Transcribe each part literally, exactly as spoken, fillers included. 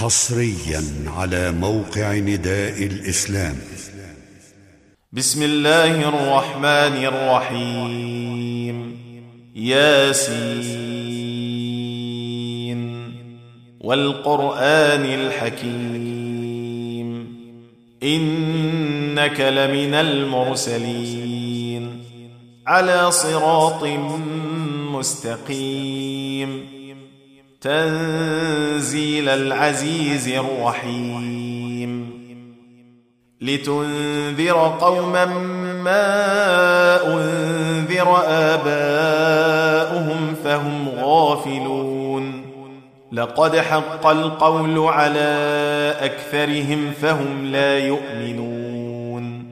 حصريا على موقع نداء الإسلام. بسم الله الرحمن الرحيم. ياسين والقرآن الحكيم إنك لمن المرسلين على صراط مستقيم تنزيل العزيز الرحيم لتنذر قوما ما أنذر آباؤهم فهم غافلون لقد حق القول على أكثرهم فهم لا يؤمنون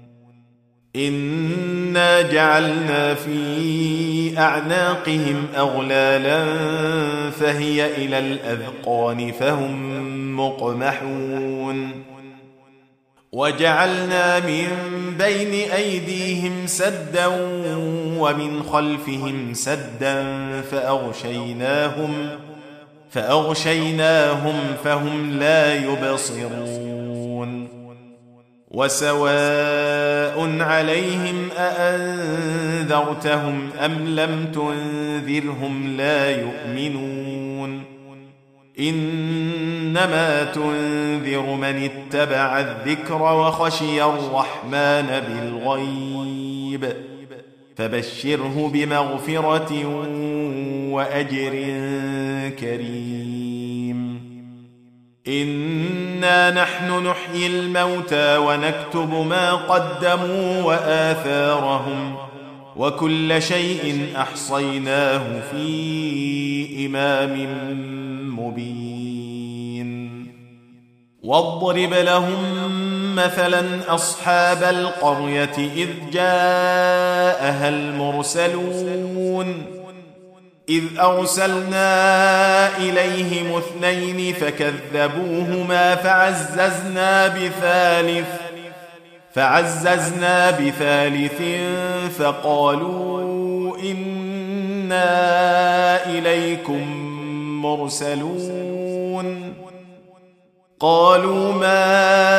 إنا جعلنا في أعناقهم أغلالا فهي إلى الأذقان فهم مقمحون وجعلنا من بين أيديهم سدا ومن خلفهم سدا فأغشيناهم فأغشيناهم فهم لا يبصرون وسواء عليهم أأنذرتهم أم لم تنذرهم لا يؤمنون إنما تنذر من اتبع الذكر وخشي الرحمن بالغيب فبشره بمغفرة وأجر كريم. إنا نحن نحيي الموتى ونكتب ما قدموا وآثارهم وكل شيء أحصيناه في إمام مبين. واضرب لهم مثلا أصحاب القرية إذ جاءها المرسلون إذ أرسلنا إليهم اثنين فكذبوهما فعززنا بثالث فعززنا بثالث فقالوا إنا إليكم مرسلون قالوا ما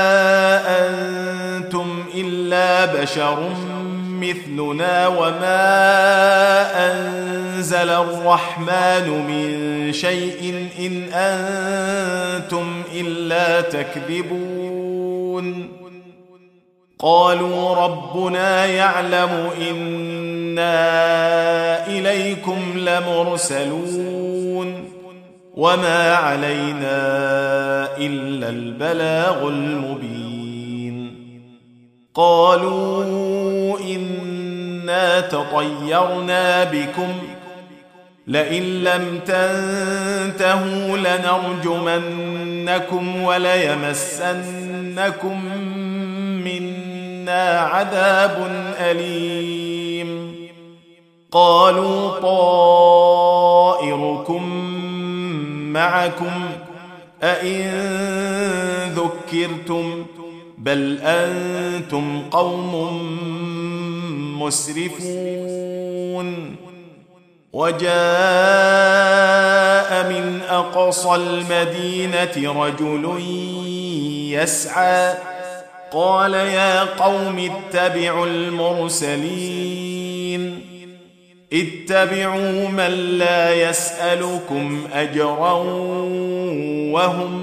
أنتم إلا بشر مثلنا وما أنزل الرحمن من شيء إن أنتم إلا تكذبون قالوا ربنا يعلم إنا إليكم لمرسلون وما علينا إلا البلاغ المبين. قالوا إنا تطيرنا بكم لئن لم تنتهوا لنرجمنكم وليمسنكم منا عذاب أليم. قالوا طائركم معكم أئن ذكرتم بل أنتم قوم مسرفون. وجاء من أقصى المدينة رجل يسعى قال يا قوم اتبعوا المرسلين اتبعوا من لا يسألكم أجرا وهم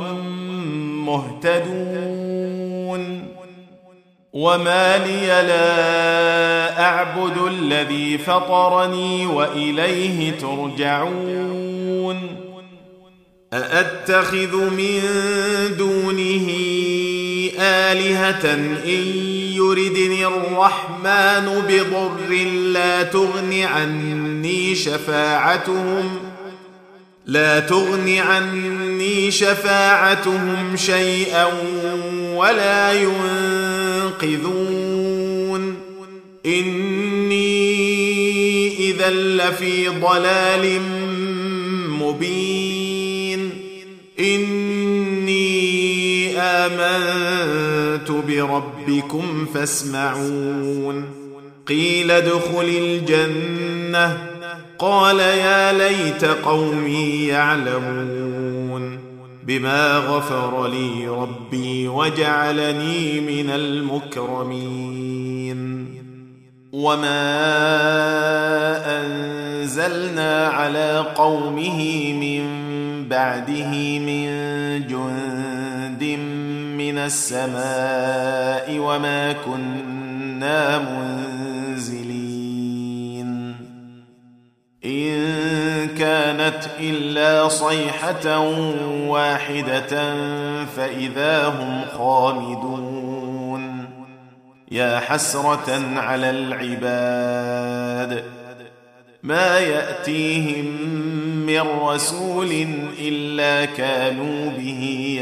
مهتدون. وما لي لا أعبد الذي فطرني وإليه ترجعون. أأتخذ من دونه آلهة إن يردني الرحمن بضر لا تغن عني شفاعتهم لا تغن عني شفاعتهم شيئا ولا ينقذون. إني إذا لفي ضلال مبين. إني آمنت بربكم فاسمعون. قيل ادخل الجنة قال يا ليت قومي يعلمون بما غفر لي ربي وجعلني من المكرمين وما أنزلنا على قومه من بعده من جند من السماء وما كنا منزلين إن كانت إلا صيحة واحدة فإذا هم خامدون يا حسرة على العباد ما يأتيهم من رسول إلا كانوا به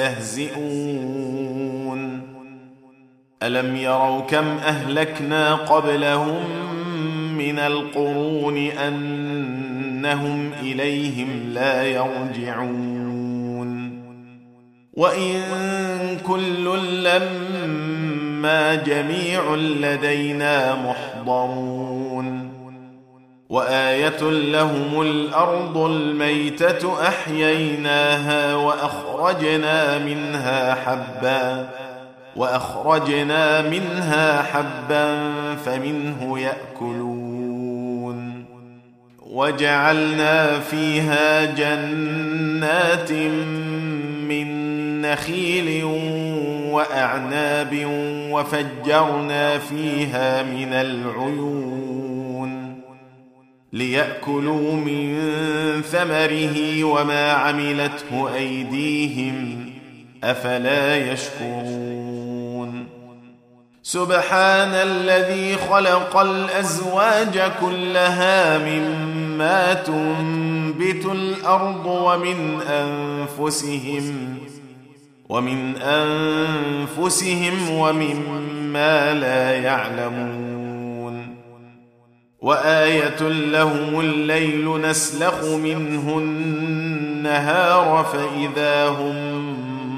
يستهزئون ألم يروا كم أهلكنا قبلهم من القرون أنهم إليهم لا يرجعون وإن كل لما جميع لدينا محضرون وآية لهم الأرض الميتة أحييناها وأخرجنا منها حبا وأخرجنا منها حبا فمنه يأكلون وجعلنا فيها جنات من نخيل وأعناب وفجرنا فيها من العيون ليأكلوا من ثمره وما عملته أيديهم أفلا يشكرون سبحان الذي خلق الأزواج كلها مما تنبت الأرض ومن أنفسهم ومن أنفسهم ومما لا يعلمون وآية لهم الليل نسلخ منه النهار فإذا هم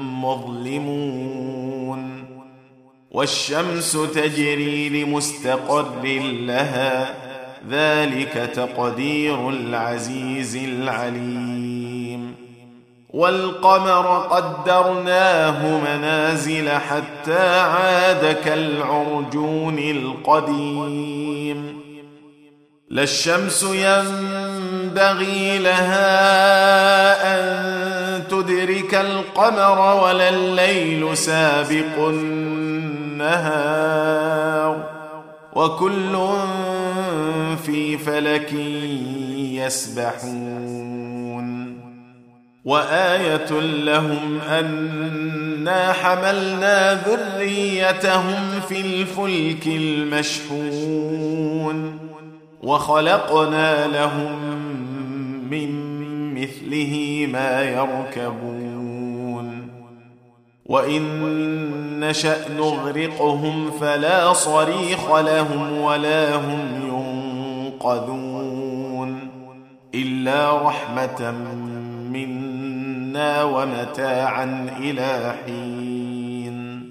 مظلمون والشمس تجري لمستقر لها ذلك تقدير العزيز العليم والقمر قدرناه منازل حتى عاد كالعرجون القديم لا الشمس ينبغي لها أن تدرك القمر ولا الليل سابق النهار وكل في فلك يسبحون وآية لهم أنا حملنا ذريتهم في الفلك المشحون وخلقنا لهم من مثله ما يركبون وإن نشأ نغرقهم فلا صريخ لهم ولا هم ينقذون إلا رحمة منا ومتاعا إلى حين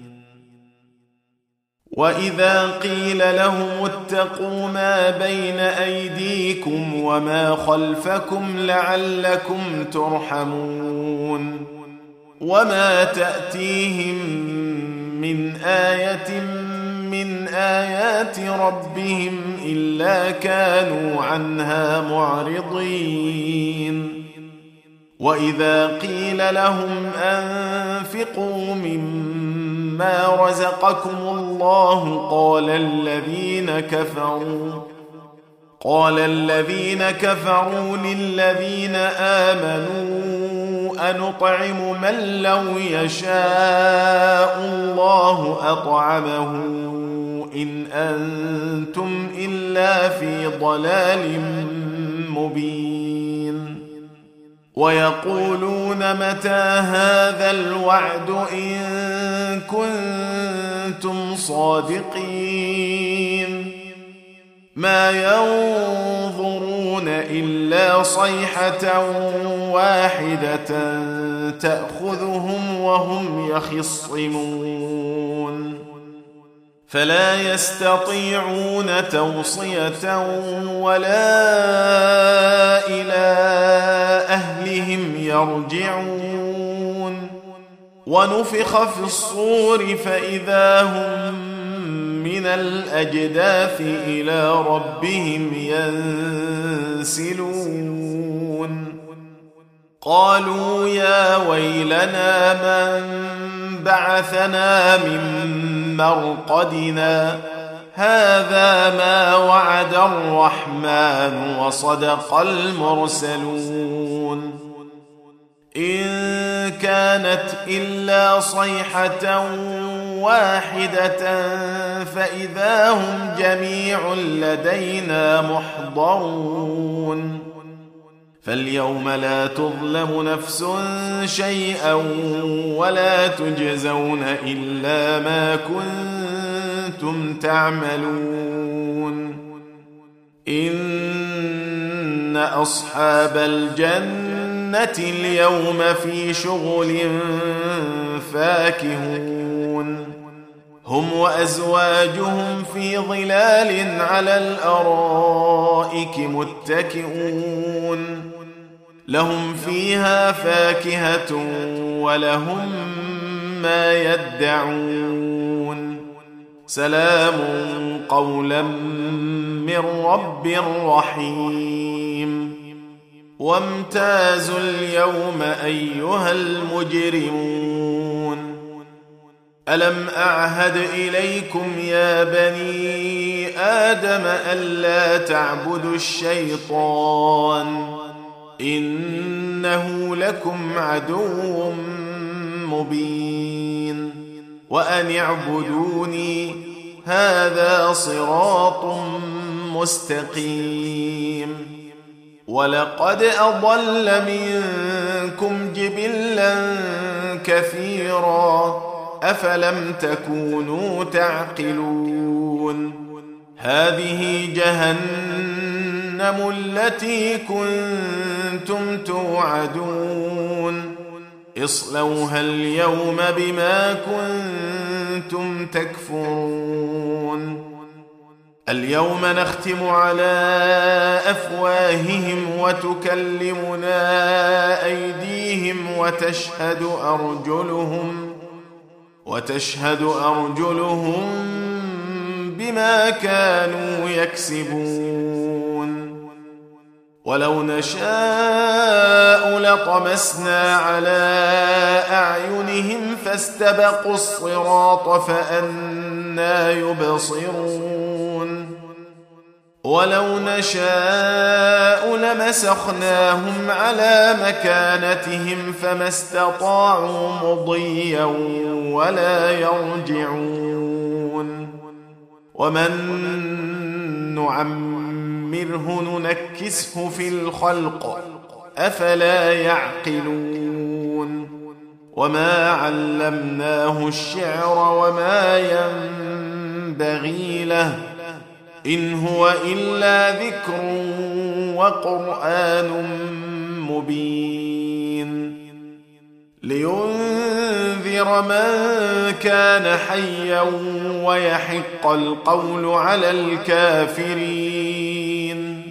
وإذا قيل لهم اتقوا ما بين أيديكم وما خلفكم لعلكم ترحمون وما تأتيهم من آية من آيات ربهم إلا كانوا عنها معرضين وإذا قيل لهم أنفقوا مما رزقكم الله قال الذين كفروا قال الذين كفروا للذين آمنوا أنطعم من لو يشاء الله أطعمه إن أنتم إلا في ضلال مبين ويقولون متى هذا الوعد إن كنتم صادقين ما ينظرون إلا صيحة واحدة تأخذهم وهم يخصمون فلا يستطيعون توصية ولا إلى أهلهم يرجعون ونفخ في الصور فإذا هم من الأجداث إلى ربهم ينسلون قالوا يا ويلنا من بعثنا من مرقدنا هذا ما وعد الرحمن وصدق المرسلون إن كانت إلا صيحة واحدة فإذا هم جميع لدينا محضرون فاليوم لا تظلم نفس شيئا ولا تجزون إلا ما كنتم تعملون إن أصحاب الجنة اليوم في شغل فاكهون هم وأزواجهم في ظلال على الأرائك متكئون لهم فيها فاكهة ولهم ما يدعون سلام قولا من رب رحيم وامتازوا اليوم أيها المجرمون ألم أعهد إليكم يا بني آدم ألا تعبدوا الشيطان إنه لكم عدو مبين وأن اعبدوني هذا صراط مستقيم ولقد أضل منكم جبلا كثيرا أفلم تكونوا تعقلون هذه جهنم التي كنتم توعدون اصلوها اليوم بما كنتم تكفرون اليوم نختم على أفواههم وتكلمنا أيديهم وتشهد أرجلهم وتشهد أرجلهم بما كانوا يكسبون ولو نشاء لطمسنا على أعينهم فاستبقوا الصراط فأنى يبصرون ولو نشاء لمسخناهم على مكانتهم فما استطاعوا مضيا ولا يرجعون ومن نعمره ننكسه في الخلق أفلا يعقلون وما علمناه الشعر وما ينبغي له إن هو إلا ذكر وقرآن مبين لينذر من كان حيا ويحق القول على الكافرين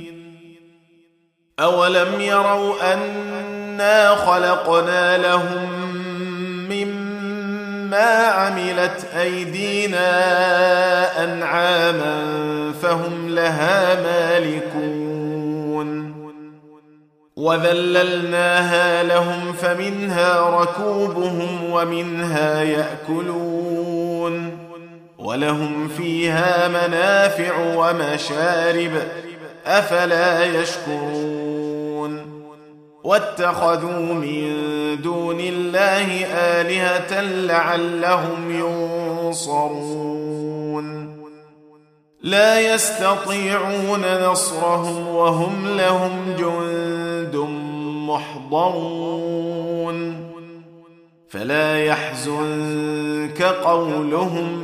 أولم يروا أنا خلقنا لهم مما عملت أيدينا أنعاما فهم لها مالكون وذللناها لهم فمنها ركوبهم ومنها يأكلون ولهم فيها منافع ومشارب أفلا يشكرون واتخذوا من دون الله آلهة لعلهم ينصرون لا يستطيعون نصرهم وهم لهم جند محضرون فلا يحزنك قولهم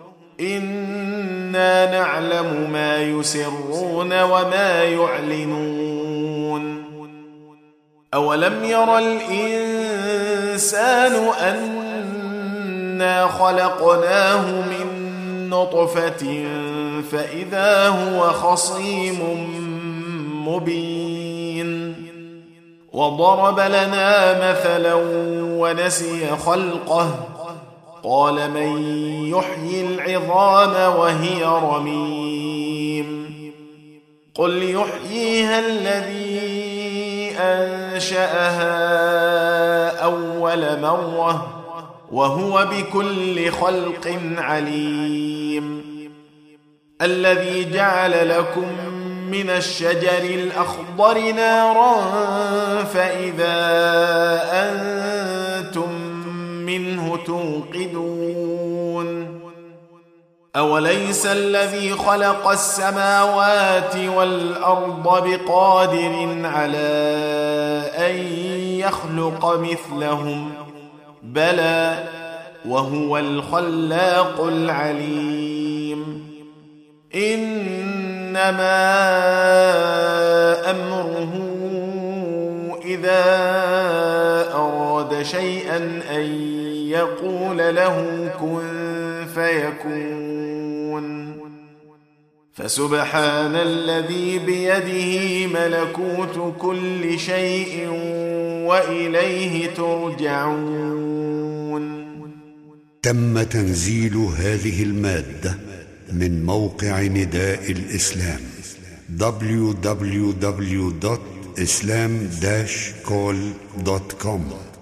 إنا نعلم ما يسرون وما يعلنون أولم ير الإنسان أنا خلقناه من نطفة فإذا هو خصيم مبين وضرب لنا مثلا ونسي خلقه قال من يحيي العظام وهي رميم قل يحييها الذي أنشأها أول مرة وهو بكل خلق عليم الذي جعل لكم من الشجر الأخضر نارا فإذا أنتم منه توقدون أوليس الذي خلق السماوات والأرض بقادر على أن يخلق مثلهم بلى وهو الخلاق العليم إنما أمره إذا أراد شيئا أن يقول له كن فيكون فسبحان الذي بيده ملكوت كل شيء وإليه ترجعون. تم تنزيل هذه المادة من موقع نداء الإسلام دبليو دبليو دبليو دوت islam dash call دوت كوم.